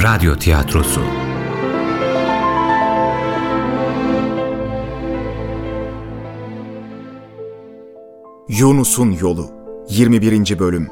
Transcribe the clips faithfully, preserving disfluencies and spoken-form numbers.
Radyo Tiyatrosu. Yunus'un Yolu yirmi birinci Bölüm.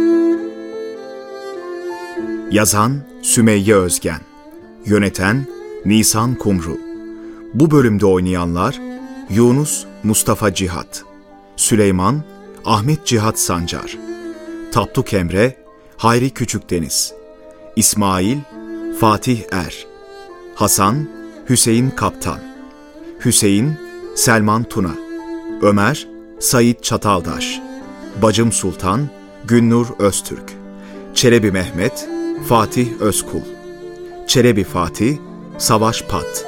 Yazan Sümeyye Özgen, yöneten Nisan Kumru. Bu bölümde oynayanlar Yunus Mustafa Cihat, Süleyman Ahmet Cihat Sancar, Tapduk Emre Hayri Küçükdeniz, İsmail Fatih Er, Hasan Hüseyin Kaptan, Hüseyin Selman Tuna, Ömer Sait Çataldaş, Bacım Sultan Günnur Öztürk, Çelebi Mehmet Fatih Özkul, Çelebi Fatih Savaş Pat.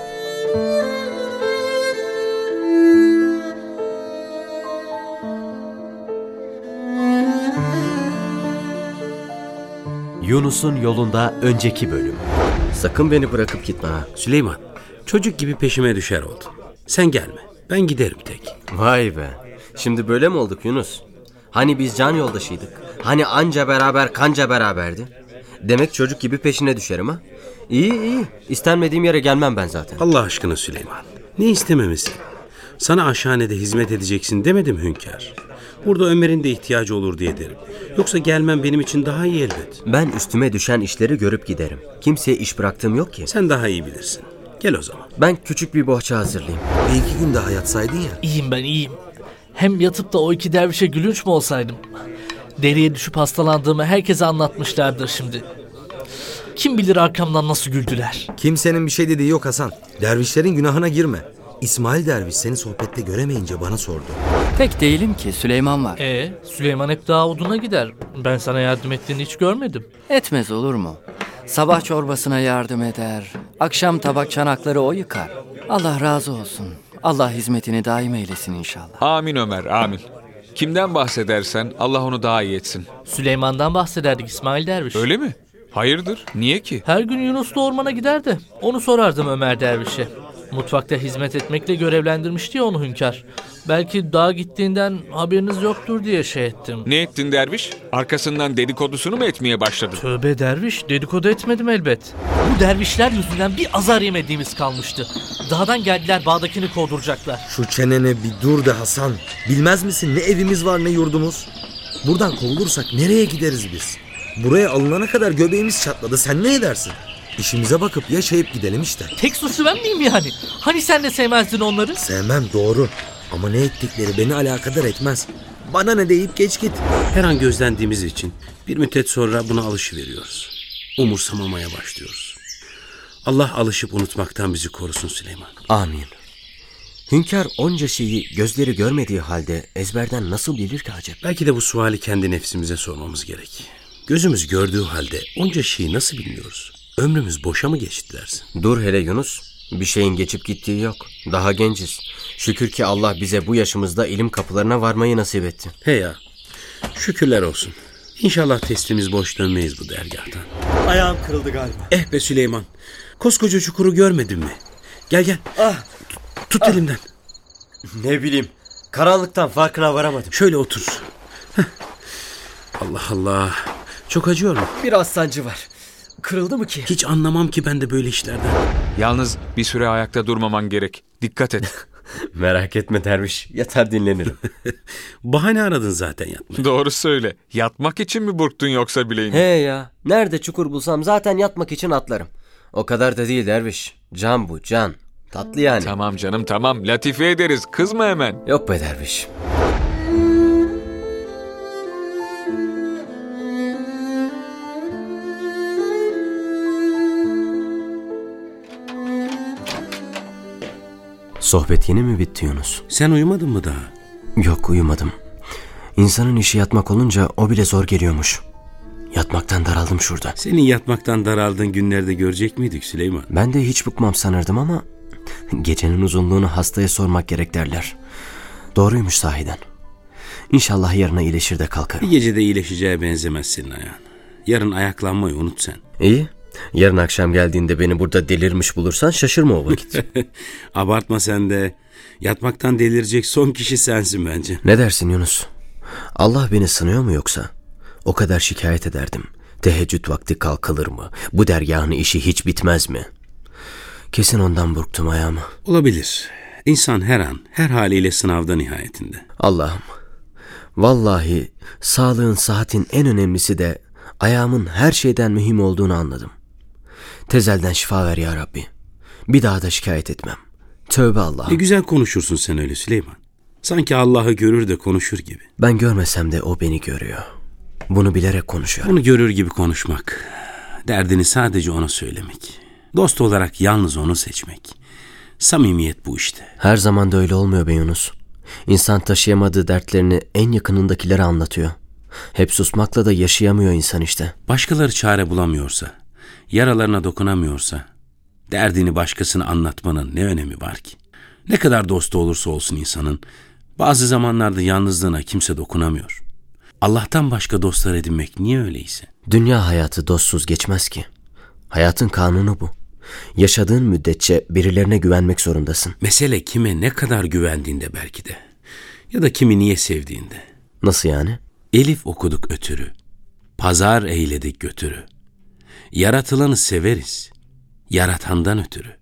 Yunus'un yolunda önceki bölüm. Sakın beni bırakıp gitme ha. Süleyman, çocuk gibi peşime düşer oldun. Sen gelme, ben giderim tek. Vay be, şimdi böyle mi olduk Yunus? Hani biz can yoldaşıydık? Hani anca beraber kanca beraberdi? Demek çocuk gibi peşine düşerim ha? İyi iyi, İstenmediğim yere gelmem ben zaten. Allah aşkına Süleyman, ne istememesi? Sana aşhanede hizmet edeceksin demedim hünkâr. Burada Ömer'in de ihtiyacı olur diye derim. Yoksa gelmem benim için daha iyi elbet. Ben üstüme düşen işleri görüp giderim. Kimseye iş bıraktığım yok ki. Sen daha iyi bilirsin. Gel o zaman. Ben küçük bir bohça hazırlayayım. Bir iki gün daha yatsaydın ya. İyiyim ben iyiyim. Hem yatıp da o iki dervişe gülünç mü olsaydım? Deriye düşüp hastalandığımı herkese anlatmışlardır şimdi. Kim bilir arkamdan nasıl güldüler. Kimsenin bir şey dediği yok Hasan. Dervişlerin günahına girme. İsmail derviş seni sohbette göremeyince bana sordu. Pek değilim ki, Süleyman var. Ee, Süleyman hep daha oduna gider. Ben sana yardım ettiğini hiç görmedim. Etmez olur mu? Sabah çorbasına yardım eder. Akşam tabak çanakları o yıkar. Allah razı olsun. Allah hizmetini daim eylesin inşallah. Amin Ömer, amin. Kimden bahsedersen Allah onu daha iyi etsin. Süleyman'dan bahsederdik İsmail derviş. Öyle mi? Hayırdır? Niye ki? Her gün Yunus'la ormana giderdi. Onu sorardım Ömer dervişe. Mutfakta hizmet etmekle görevlendirmişti ya onu hünkâr. Belki dağa gittiğinden haberiniz yoktur diye şey ettim. Ne ettin derviş? Arkasından dedikodusunu mu etmeye başladın? Tövbe derviş, dedikodu etmedim elbet. Bu dervişler yüzünden bir azar yemediğimiz kalmıştı. Dağdan geldiler, bağdakini kovduracaklar. Şu çenene bir dur de Hasan. Bilmez misin ne evimiz var ne yurdumuz? Buradan kovulursak nereye gideriz biz? Buraya alınana kadar göbeğimiz çatladı. Sen ne edersin? İşimize bakıp yaşayıp gidelim işte. Tek suçlu ben miyim yani? Hani sen de sevmezdin onları? Sevmem doğru. Ama ne ettikleri beni alakadar etmez. Bana ne deyip geç git. Her an gözlendiğimiz için bir müddet sonra buna alışıveriyoruz. Umursamamaya başlıyoruz. Allah alışıp unutmaktan bizi korusun Süleyman. Amin. Hünkâr onca şeyi gözleri görmediği halde ezberden nasıl bilir ki acaba? Belki de bu suali kendi nefsimize sormamız gerek. Gözümüz gördüğü halde onca şeyi nasıl bilmiyoruz? Ömrümüz boşa mı geçti dersin? Dur hele Yunus. Bir şeyin geçip gittiği yok. Daha genciz. Şükür ki Allah bize bu yaşımızda ilim kapılarına varmayı nasip etti. He ya. Şükürler olsun. İnşallah testimiz boş dönmeyiz bu dergâhtan. Ayağım kırıldı galiba. Eh be Süleyman. Koskoca çukuru görmedin mi? Gel gel. Ah. Tut ah. elimden. Ne bileyim. Karanlıktan farkına varamadım. Şöyle otur. Heh. Allah Allah. Çok acıyor mu? Biraz sancı var. Kırıldı mı ki? Hiç anlamam ki ben de böyle işlerden. Yalnız bir süre ayakta durmaman gerek. Dikkat et. Merak etme derviş. Yatar dinlenirim. Bahane aradın zaten yatmak. Doğru söyle. Yatmak için mi burktun yoksa bileğini? He ya. Nerede çukur bulsam zaten yatmak için atlarım. O kadar da değil derviş. Can bu can. Tatlı yani. Tamam canım tamam. Latife ederiz. Kızma hemen. Yok be derviş. Sohbet yeni mi bitti Yunus? Sen uyumadın mı daha? Yok uyumadım. İnsanın işi yatmak olunca o bile zor geliyormuş. Yatmaktan daraldım şurada. Senin yatmaktan daraldığın günlerde görecek miydik Süleyman? Ben de hiç bıkmam sanırdım ama gecenin uzunluğunu hastaya sormak gerek derler. Doğruymuş sahiden. İnşallah yarına iyileşir de kalkarım. Bir gecede iyileşeceğe benzemez senin ayağın. Yarın ayaklanmayı unut sen. İyi. Yarın akşam geldiğinde beni burada delirmiş bulursan şaşırma o vakit. Abartma sen de. Yatmaktan delirecek son kişi sensin bence. Ne dersin Yunus? Allah beni sınıyor mu yoksa? O kadar şikayet ederdim. Teheccüd vakti kalkılır mı? Bu dergahın işi hiç bitmez mi? Kesin ondan burktum ayağımı. Olabilir. İnsan her an, her haliyle sınavda nihayetinde. Allah'ım, vallahi sağlığın, sıhhatin en önemlisi de ayağımın her şeyden mühim olduğunu anladım. Tezelden şifa ver ya Rabbi. Bir daha da şikayet etmem. Tövbe Allah'ım. Ne güzel konuşursun sen öyle Süleyman. Sanki Allah'ı görür de konuşur gibi. Ben görmesem de o beni görüyor. Bunu bilerek konuşuyorum. Onu görür gibi konuşmak. Derdini sadece ona söylemek. Dost olarak yalnız onu seçmek. Samimiyet bu işte. Her zaman da öyle olmuyor be Yunus. İnsan taşıyamadığı dertlerini en yakınındakilere anlatıyor. Hep susmakla da yaşayamıyor insan işte. Başkaları çare bulamıyorsa, yaralarına dokunamıyorsa, derdini başkasına anlatmanın ne önemi var ki? Ne kadar dostu olursa olsun insanın, bazı zamanlarda yalnızlığına kimse dokunamıyor. Allah'tan başka dostlar edinmek niye öyleyse? Dünya hayatı dostsuz geçmez ki. Hayatın kanunu bu. Yaşadığın müddetçe birilerine güvenmek zorundasın. Mesele kime ne kadar güvendiğinde belki de. Ya da kimi niye sevdiğinde. Nasıl yani? Elif okuduk ötürü. Pazar eyledik götürü. Yaratılanı severiz. Yaratandan ötürü.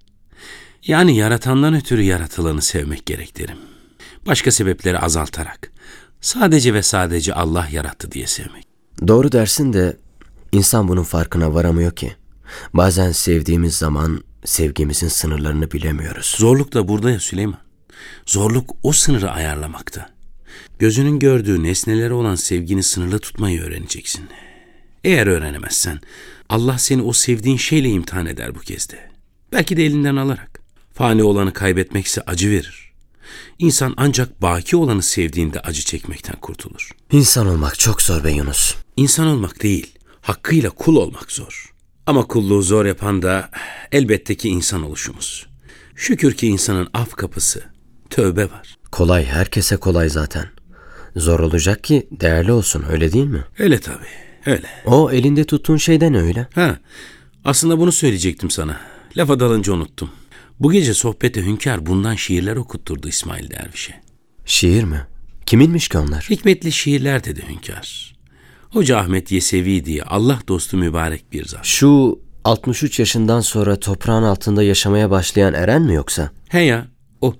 Yani yaratandan ötürü yaratılanı sevmek gerek derim. Başka sebepleri azaltarak. Sadece ve sadece Allah yarattı diye sevmek. Doğru dersin de insan bunun farkına varamıyor ki. Bazen sevdiğimiz zaman sevgimizin sınırlarını bilemiyoruz. Zorluk da burada ya Süleyman. Zorluk o sınırı ayarlamakta. Gözünün gördüğü nesnelere olan sevgini sınırlı tutmayı öğreneceksin. Eğer öğrenemezsen Allah seni o sevdiğin şeyle imtihan eder bu kez de. Belki de elinden alarak. Fani olanı kaybetmekse acı verir. İnsan ancak baki olanı sevdiğinde acı çekmekten kurtulur. İnsan olmak çok zor be Yunus. İnsan olmak değil, hakkıyla kul olmak zor. Ama kulluğu zor yapan da elbette ki insan oluşumuz. Şükür ki insanın af kapısı, tövbe var. Kolay herkese kolay zaten. Zor olacak ki değerli olsun, öyle değil mi? Öyle tabii, öyle. O elinde tuttuğun şeyden öyle. Ha, aslında bunu söyleyecektim sana. Lafa dalınca unuttum. Bu gece sohbete hünkâr bundan şiirler okutturdu İsmail Derviş'e. Şiir mi? Kiminmiş ki onlar? Hikmetli şiirler dedi hünkâr. Hoca Ahmet Yesevi diye Allah dostu mübarek bir zat. Şu altmış üç yaşından sonra toprağın altında yaşamaya başlayan eren mi yoksa? He ya, o.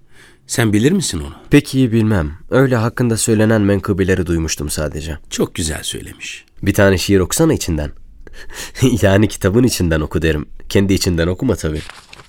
Sen bilir misin onu? Pek iyi bilmem. Öyle hakkında söylenen menkıbeleri duymuştum sadece. Çok güzel söylemiş. Bir tane şiir okusana içinden. Yani kitabın içinden oku derim. Kendi içinden okuma tabii.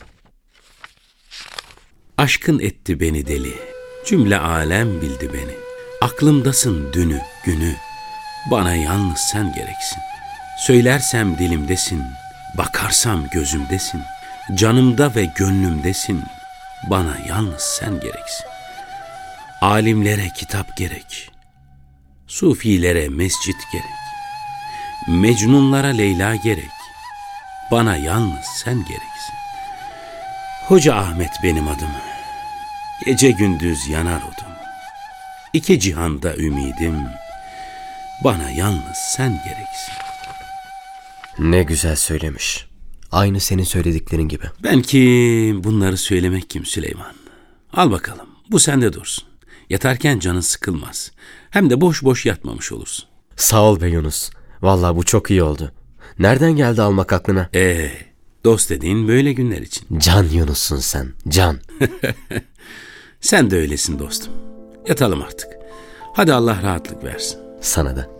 Aşkın etti beni deli, cümle alem bildi beni. Aklımdasın dünü, günü, bana yalnız sen gereksin. Söylersem dilimdesin, bakarsam gözümdesin. Canımda ve gönlümdesin, bana yalnız sen gereksin. Alimlere kitap gerek, sufilere mescit gerek. Mecnunlara Leyla gerek, bana yalnız sen gereksin. Hoca Ahmet benim adım, gece gündüz yanar odum. İki cihanda ümidim, bana yalnız sen gereksin. Ne güzel söylemiş. Aynı senin söylediklerin gibi. Ben ki bunları söylemek kim Süleyman? Al bakalım, bu sende dursun. Yatarken canın sıkılmaz. Hem de boş boş yatmamış olursun. Sağ ol be Yunus. Vallahi bu çok iyi oldu. Nereden geldi almak aklına? Ee, dost dediğin böyle günler için. Can Yunus'sun sen, can. Sen de öylesin dostum. Yatalım artık. Hadi Allah rahatlık versin. Sana da.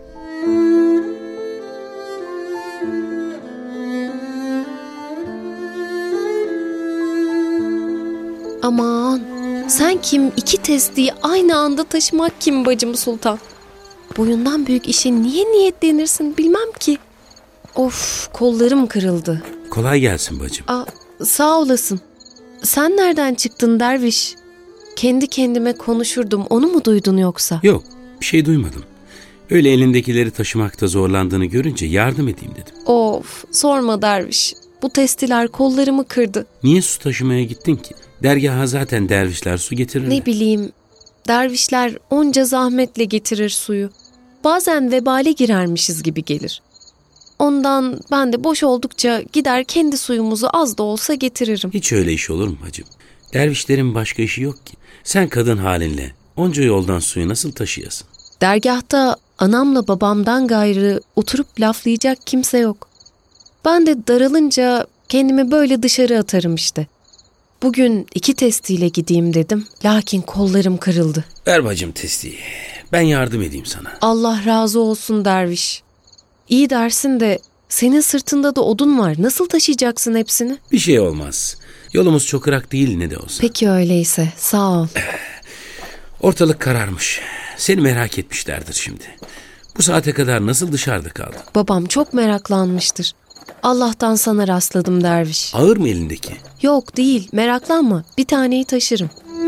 Aman, sen kim? İki testiyi aynı anda taşımak kim bacım sultan? Boyundan büyük işe niye niyetlenirsin bilmem ki. Of, kollarım kırıldı. Kolay gelsin bacım. Aa, sağ olasın. Sen nereden çıktın derviş? Kendi kendime konuşurdum, onu mu duydun yoksa? Yok, bir şey duymadım. Öyle elindekileri taşımakta zorlandığını görünce yardım edeyim dedim. Of, sorma derviş. Bu testiler kollarımı kırdı. Niye su taşımaya gittin ki? Dergaha zaten dervişler su getirirler. Ne bileyim, dervişler onca zahmetle getirir suyu. Bazen vebale girermişiz gibi gelir. Ondan ben de boş oldukça gider kendi suyumuzu az da olsa getiririm. Hiç öyle iş olur mu bacım? Dervişlerin başka işi yok ki. Sen kadın halinle onca yoldan suyu nasıl taşıyasın? Dergahta Anamla babamdan gayrı oturup laflayacak kimse yok. Ben de daralınca kendimi böyle dışarı atarım işte. Bugün iki testiyle gideyim dedim. Lakin kollarım kırıldı. Ver bacım testiyi. Ben yardım edeyim sana. Allah razı olsun derviş. İyi dersin de senin sırtında da odun var. Nasıl taşıyacaksın hepsini? Bir şey olmaz. Yolumuz çok ırak değil ne de olsa. Peki öyleyse sağ ol. Ortalık kararmış. Seni merak etmişlerdir şimdi. Bu saate kadar nasıl dışarıda kaldın? Babam çok meraklanmıştır. Allah'tan sana rastladım derviş. Ağır mı elindeki? Yok değil, meraklanma. Bir taneyi taşırım.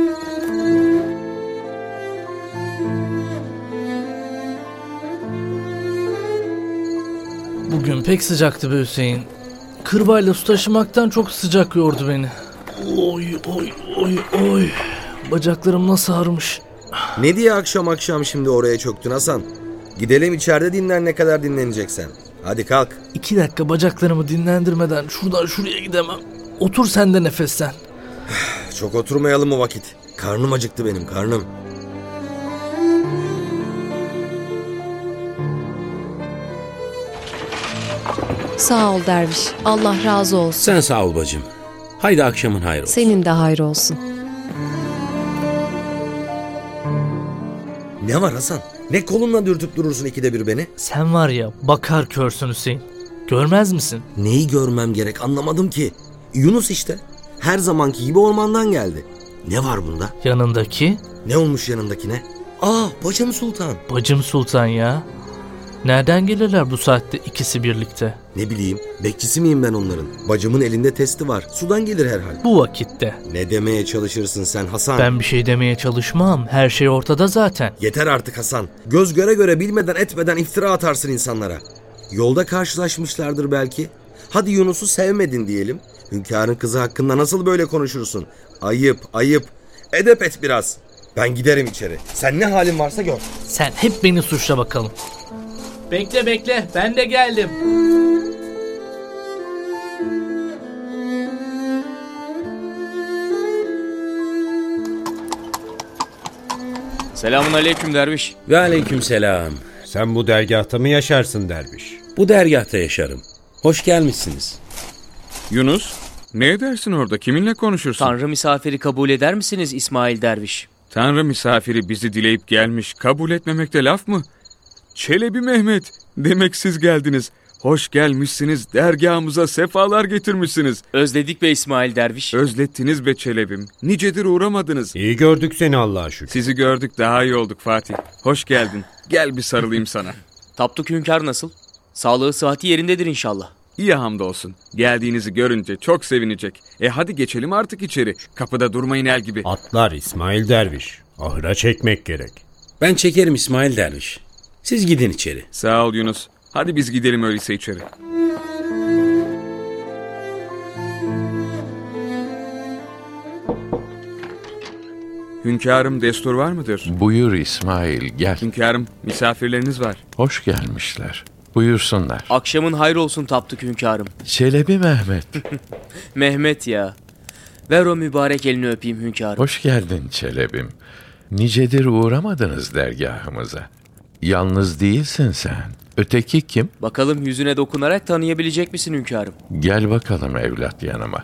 Bugün pek sıcaktı be Hüseyin. Kırbayla su taşımaktan çok sıcak yordu beni. Oy oy oy oy. Bacaklarım nasıl ağrımış. Ne diye akşam akşam şimdi oraya çöktün Hasan? Gidelim içeride dinlen ne kadar dinleneceksen. Hadi kalk. İki dakika bacaklarımı dinlendirmeden şuradan şuraya gidemem. Otur sen de nefesten. Çok oturmayalım o vakit. Karnım acıktı benim, karnım. Sağ ol derviş. Allah razı olsun. Sen sağ ol bacım. Haydi akşamın hayrı olsun. Senin de hayır olsun. Ne var Hasan? Ne kolunla dürtüp durursun ikide bir beni? Sen var ya bakar körsün Hüseyin. Görmez misin? Neyi görmem gerek anlamadım ki. Yunus işte. Her zamanki gibi ormandan geldi. Ne var bunda? Yanındaki? Ne olmuş yanındakine? Aa, bacım Sultan. Bacım Sultan ya. Nereden gelirler bu saatte ikisi birlikte? Ne bileyim, bekçisi miyim ben onların? Bacımın elinde testi var. Sudan gelir herhal. Bu vakitte. Ne demeye çalışırsın sen Hasan? Ben bir şey demeye çalışmam. Her şey ortada zaten. Yeter artık Hasan. Göz göre göre bilmeden etmeden iftira atarsın insanlara. Yolda karşılaşmışlardır belki. Hadi Yunus'u sevmedin diyelim. Hünkârın kızı hakkında nasıl böyle konuşursun? Ayıp, ayıp. Edep et biraz. Ben giderim içeri. Sen ne halin varsa gör. Sen hep beni suçla bakalım. Bekle bekle, ben de geldim. Selamun aleyküm derviş. Ve aleyküm selam. Sen bu dergahta mı yaşarsın derviş? Bu dergahta yaşarım. Hoş gelmişsiniz. Yunus, ne edersin orada? Kiminle konuşursun? Tanrı misafiri kabul eder misiniz İsmail derviş? Tanrı misafiri bizi dileyip gelmiş. Kabul etmemekte laf mı? Çelebi Mehmet, demek siz geldiniz. Hoş gelmişsiniz, dergahımıza sefalar getirmişsiniz. Özledik be İsmail derviş. Özlettiniz be Çelebim. Nicedir uğramadınız. İyi gördük seni Allah'a şükür. Sizi gördük, daha iyi olduk Fatih. Hoş geldin. Gel bir sarılayım sana. Tapduk hünkâr nasıl? Sağlığı sıhhati yerindedir inşallah. İyi hamdolsun. Geldiğinizi görünce çok sevinecek. E hadi geçelim artık içeri. Kapıda durmayın el gibi. Atlar İsmail derviş. Ahıra çekmek gerek. Ben çekerim İsmail derviş. Siz gidin içeri. Sağ ol Yunus. Hadi biz gidelim öyleyse içeri. Hünkârım, destur var mıdır? Buyur İsmail, gel. Hünkârım, misafirleriniz var. Hoş gelmişler. Buyursunlar. Akşamın hayır olsun Tapduk hünkârım. Çelebi Mehmet. Mehmet ya. Ver o mübarek elini öpeyim hünkârım. Hoş geldin Çelebim. Nicedir uğramadınız dergahımıza. Yalnız değilsin sen. Öteki kim? Bakalım yüzüne dokunarak tanıyabilecek misin hünkârım? Gel bakalım evlat yanıma.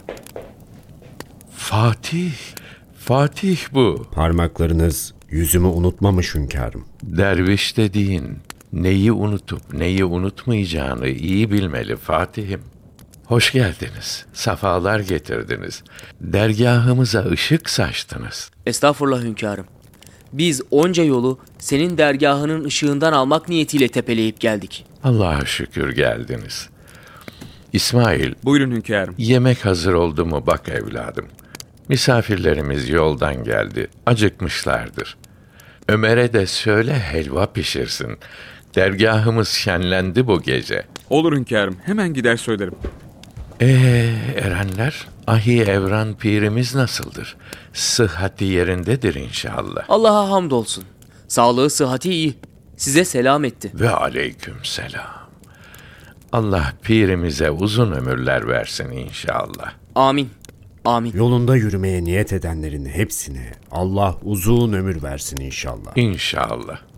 Fatih. Fatih bu. Parmaklarınız yüzümü unutmamış hünkârım. Derviş dediğin neyi unutup neyi unutmayacağını iyi bilmeli Fatih'im. Hoş geldiniz. Safalar getirdiniz. Dergahımıza ışık saçtınız. Estağfurullah hünkârım. Biz onca yolu senin dergahının ışığından almak niyetiyle tepeleyip geldik. Allah'a şükür geldiniz. İsmail. Buyurun hünkârım. Yemek hazır oldu mu bak evladım. Misafirlerimiz yoldan geldi. Acıkmışlardır. Ömer'e de söyle helva pişirsin. Dergahımız şenlendi bu gece. Olur hünkârım. Hemen gider söylerim. Ee, erenler, ahi evran pirimiz nasıldır? Sıhhati yerindedir inşallah. Allah'a hamdolsun. Sağlığı sıhhati iyi. Size selam etti. Ve aleyküm selam. Allah pirimize uzun ömürler versin inşallah. Amin. Amin. Yolunda yürümeye niyet edenlerin hepsine Allah uzun ömür versin inşallah. İnşallah.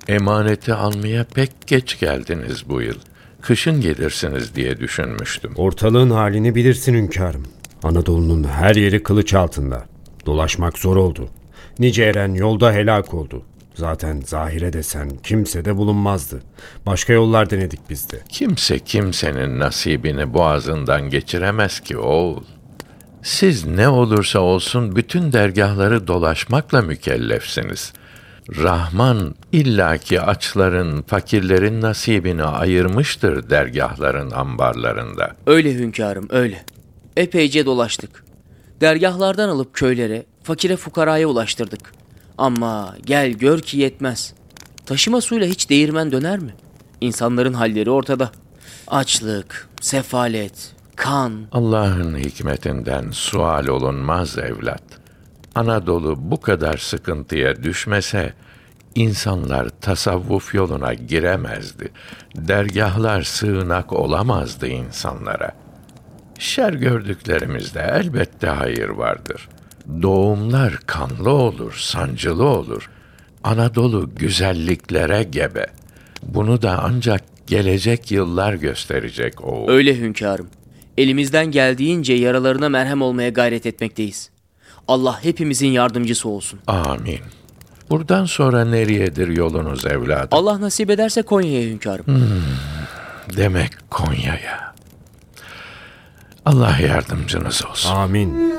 Emaneti almaya pek geç geldiniz bu yıl. Kışın gelirsiniz diye düşünmüştüm. Ortalığın halini bilirsin hünkârım. Anadolu'nun her yeri kılıç altında. Dolaşmak zor oldu. Nice eren yolda helak oldu. Zaten zahire desen kimse de bulunmazdı. Başka yollar denedik biz de. Kimse kimsenin nasibini boğazından geçiremez ki oğul. Siz ne olursa olsun bütün dergahları dolaşmakla mükellefsiniz. Rahman illaki açların, fakirlerin nasibini ayırmıştır dergahların ambarlarında. Öyle hünkârım, öyle. Epeyce dolaştık. Dergahlardan alıp köylere, fakire fukaraya ulaştırdık. Ama gel gör ki yetmez. Taşıma suyla hiç değirmen döner mi? İnsanların halleri ortada. Açlık, sefalet, kan. Allah'ın hikmetinden sual olunmaz evlat. Anadolu bu kadar sıkıntıya düşmese, insanlar tasavvuf yoluna giremezdi. Dergahlar sığınak olamazdı insanlara. Şer gördüklerimizde elbette hayır vardır. Doğumlar kanlı olur, sancılı olur. Anadolu güzelliklere gebe. Bunu da ancak gelecek yıllar gösterecek oğul. Öyle hünkârım. Elimizden geldiğince yaralarına merhem olmaya gayret etmekteyiz. Allah hepimizin yardımcısı olsun. Amin. Buradan sonra nereyedir yolunuz evladım? Allah nasip ederse Konya'ya hünkârım. Hmm, demek Konya'ya. Allah yardımcınız olsun. Amin.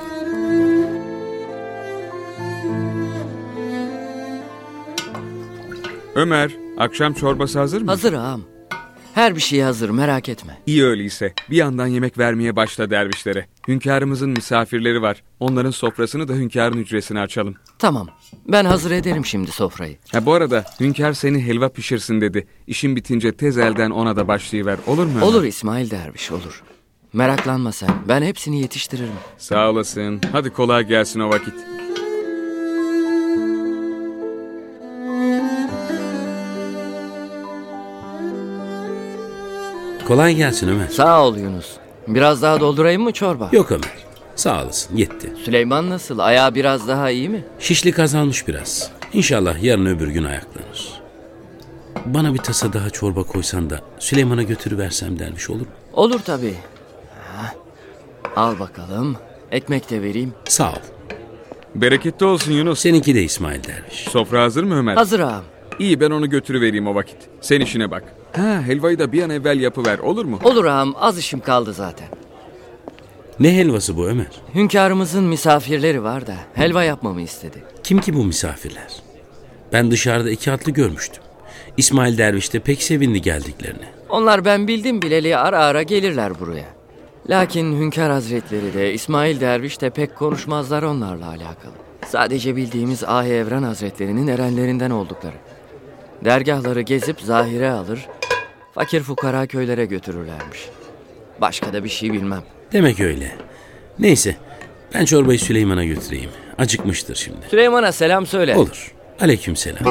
Ömer, akşam çorbası hazır mı? Hazır ağam. Her bir şey hazır, merak etme. İyi öyleyse. Bir yandan yemek vermeye başla dervişlere. Hünkârımızın misafirleri var. Onların sofrasını da hünkârın hücresine açalım. Tamam. Ben hazır ederim şimdi sofrayı. Ha, bu arada hünkâr seni helva pişirsin dedi. İşin bitince tez elden ona da başlayıver. Olur mu? Olur İsmail derviş, olur. Meraklanma sen. Ben hepsini yetiştiririm. Sağ olasın. Hadi kolay gelsin o vakit. Kolay gelsin Ömer. Sağ ol Yunus. Biraz daha doldurayım mı çorba? Yok Ömer. Sağ olasın, yetti. Süleyman nasıl? Ayağı biraz daha iyi mi? Şişlik azalmış biraz. İnşallah yarın öbür gün ayaklanır. Bana bir tasa daha çorba koysan da Süleyman'a götürüversem derviş olur mu? Olur tabii. Ha, al bakalım. Ekmek de vereyim. Sağ ol. Bereketli olsun Yunus. Seninki de İsmail derviş. Sofra hazır mı Ömer? Hazır ağam. İyi, ben onu götürüvereyim o vakit. Sen işine bak. Ha, helvayı da bir an evvel yapıver, olur mu? Olur ağam, az işim kaldı zaten. Ne helvası bu Ömer? Hünkârımızın misafirleri var da helva yapmamı istedi. Kim ki bu misafirler? Ben dışarıda iki atlı görmüştüm. İsmail derviş de pek sevindi geldiklerine. Onlar ben bildim bileli ara ara gelirler buraya. Lakin Hünkâr Hazretleri de İsmail derviş de pek konuşmazlar onlarla alakalı. Sadece bildiğimiz Ahi Evran Hazretleri'nin erenlerinden oldukları. Dergahları gezip zahire alır, fakir fukara köylere götürürlermiş. Başka da bir şey bilmem. Demek öyle. Neyse, ben çorbayı Süleyman'a götüreyim. Acıkmıştır şimdi. Süleyman'a selam söyle. Olur. Aleykümselam.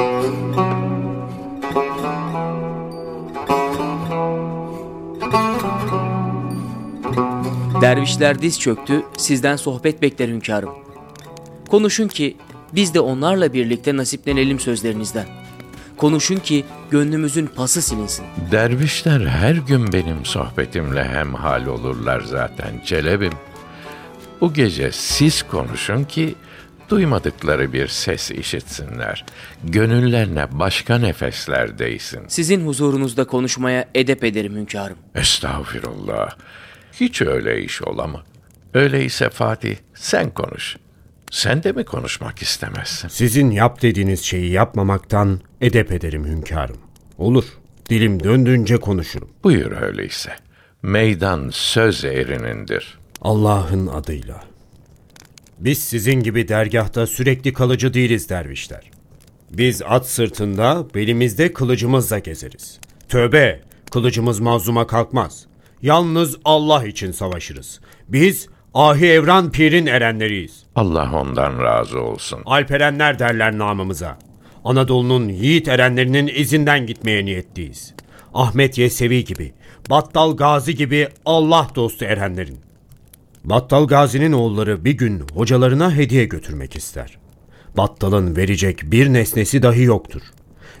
Dervişler diz çöktü, sizden sohbet bekler hünkârım. Konuşun ki biz de onlarla birlikte nasiplenelim sözlerinizden. Konuşun ki gönlümüzün pası silinsin. Dervişler her gün benim sohbetimle hemhal olurlar zaten Celebim. Bu gece siz konuşun ki duymadıkları bir ses işitsinler. Gönüllerine başka nefesler değsin. Sizin huzurunuzda konuşmaya edep ederim hünkârım. Estağfirullah. Hiç öyle iş olamaz. Öyleyse Fatih sen konuş. Sen de mi konuşmak istemezsin? Sizin yap dediğiniz şeyi yapmamaktan edep ederim hünkârım. Olur. Dilim döndüğünce konuşurum. Buyur öyleyse. Meydan söz erinindir. Allah'ın adıyla. Biz sizin gibi dergahta sürekli kalıcı değiliz dervişler. Biz at sırtında, belimizde kılıcımızla gezeriz. Tövbe, kılıcımız mazluma kalkmaz. Yalnız Allah için savaşırız. Biz Ahi Evran Pir'in erenleriyiz. Allah ondan razı olsun. Alperenler derler namımıza. Anadolu'nun yiğit erenlerinin izinden gitmeye niyetliyiz. Ahmet Yesevi gibi, Battal Gazi gibi Allah dostu erenlerin. Battal Gazi'nin oğulları bir gün hocalarına hediye götürmek ister. Battal'ın verecek bir nesnesi dahi yoktur.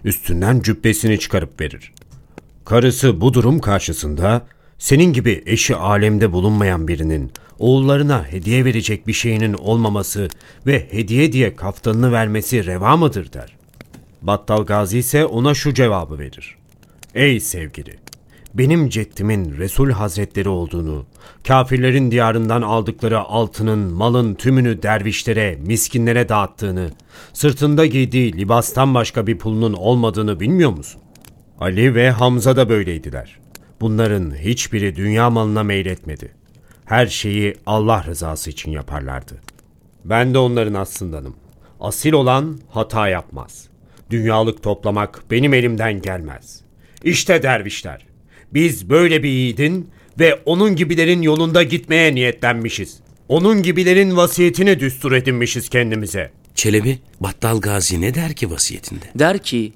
Üstünden cübbesini çıkarıp verir. Karısı bu durum karşısında senin gibi eşi alemde bulunmayan birinin oğullarına hediye verecek bir şeyinin olmaması ve hediye diye kaftanını vermesi reva mıdır der. Battal Gazi ise ona şu cevabı verir. Ey sevgili! Benim ceddimin Resul Hazretleri olduğunu, kafirlerin diyarından aldıkları altının, malın tümünü dervişlere, miskinlere dağıttığını, sırtında giydiği libastan başka bir pulunun olmadığını bilmiyor musun? Ali ve Hamza da böyleydiler. Bunların hiçbiri dünya malına meyletmedi. Her şeyi Allah rızası için yaparlardı. Ben de onların aslındanım. Asil olan hata yapmaz. Dünyalık toplamak benim elimden gelmez. İşte dervişler. Biz böyle bir yiğidin ve onun gibilerin yolunda gitmeye niyetlenmişiz. Onun gibilerin vasiyetini düstur edinmişiz kendimize. Çelebi, Battal Gazi ne der ki vasiyetinde? Der ki,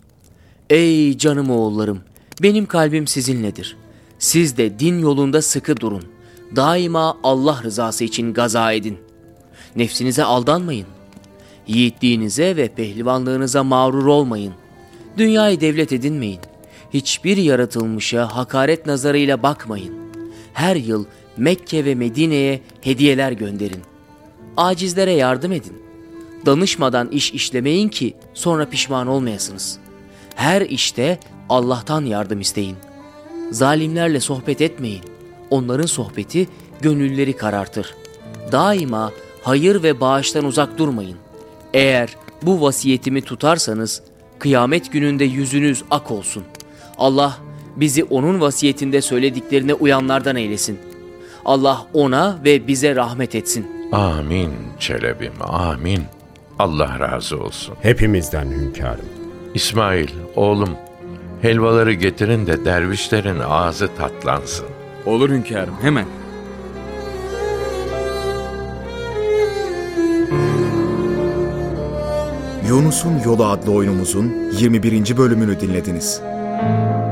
ey canım oğullarım, benim kalbim sizinledir. Siz de din yolunda sıkı durun. Daima Allah rızası için gaza edin. Nefsinize aldanmayın. Yiğitliğinize ve pehlivanlığınıza mağrur olmayın. Dünyayı devlet edinmeyin. Hiçbir yaratılmışa hakaret nazarıyla bakmayın. Her yıl Mekke ve Medine'ye hediyeler gönderin. Acizlere yardım edin. Danışmadan iş işlemeyin ki sonra pişman olmayasınız. Her işte Allah'tan yardım isteyin. Zalimlerle sohbet etmeyin. Onların sohbeti gönülleri karartır. Daima hayır ve bağıştan uzak durmayın. Eğer bu vasiyetimi tutarsanız kıyamet gününde yüzünüz ak olsun. Allah bizi onun vasiyetinde söylediklerine uyanlardan eylesin. Allah ona ve bize rahmet etsin. Amin Çelebim, amin. Allah razı olsun. Hepimizden hünkârım. İsmail, oğlum, helvaları getirin de dervişlerin ağzı tatlansın. Olur hünkârım, hemen. Yunus'un Yolu adlı oyunumuzun yirmi birinci bölümünü dinlediniz.